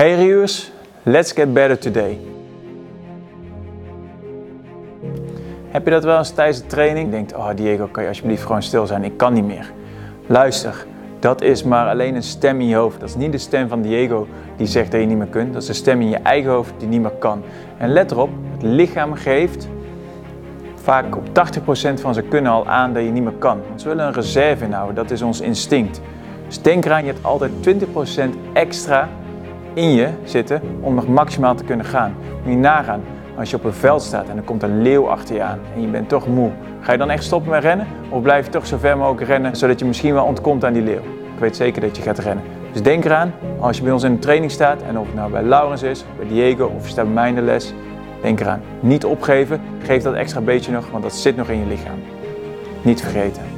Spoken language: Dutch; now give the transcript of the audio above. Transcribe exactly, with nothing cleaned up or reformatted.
Hey Rius, let's get better today. Heb je dat wel eens tijdens de training? Je denkt, oh Diego, kan je alsjeblieft gewoon stil zijn, ik kan niet meer. Luister, dat is maar alleen een stem in je hoofd. Dat is niet de stem van Diego die zegt dat je niet meer kunt. Dat is de stem in je eigen hoofd die niet meer kan. En let erop, het lichaam geeft vaak op tachtig procent van zijn kunnen al aan dat je niet meer kan. Want ze willen een reserve inhouden, dat is ons instinct. Dus denk eraan, je hebt altijd twintig procent extra in je zitten om nog maximaal te kunnen gaan. Moet je nagaan, als je op een veld staat en er komt een leeuw achter je aan en je bent toch moe. Ga je dan echt stoppen met rennen? Of blijf je toch zo ver mogelijk rennen, zodat je misschien wel ontkomt aan die leeuw? Ik weet zeker dat je gaat rennen. Dus denk eraan, als je bij ons in de training staat, en of het nou bij Laurens is, bij Diego of je staat bij mij in de les, denk eraan, niet opgeven, geef dat extra beetje nog, want dat zit nog in je lichaam. Niet vergeten.